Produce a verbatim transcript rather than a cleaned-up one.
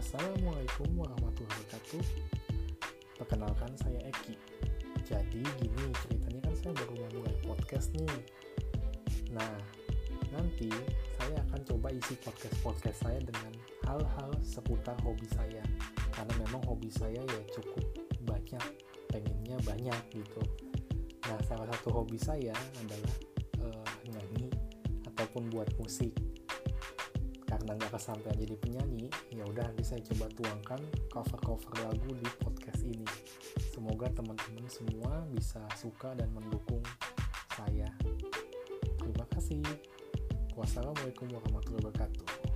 Assalamualaikum warahmatullahi wabarakatuh. Perkenalkan, saya Eki. Jadi gini ceritanya, kan saya baru mau mulai podcast nih. Nah, nanti saya akan coba isi podcast-podcast saya dengan hal-hal seputar hobi saya. Karena memang hobi saya ya cukup banyak, pengennya banyak gitu. Nah, salah satu hobi saya adalah uh, nyanyi ataupun buat musik. Karena nggak kesampaian jadi penyanyi, ya udah nanti saya coba tuangkan cover-cover lagu di podcast ini. Semoga teman-teman semua bisa suka dan mendukung saya. Terima kasih. Wassalamualaikum warahmatullahi wabarakatuh.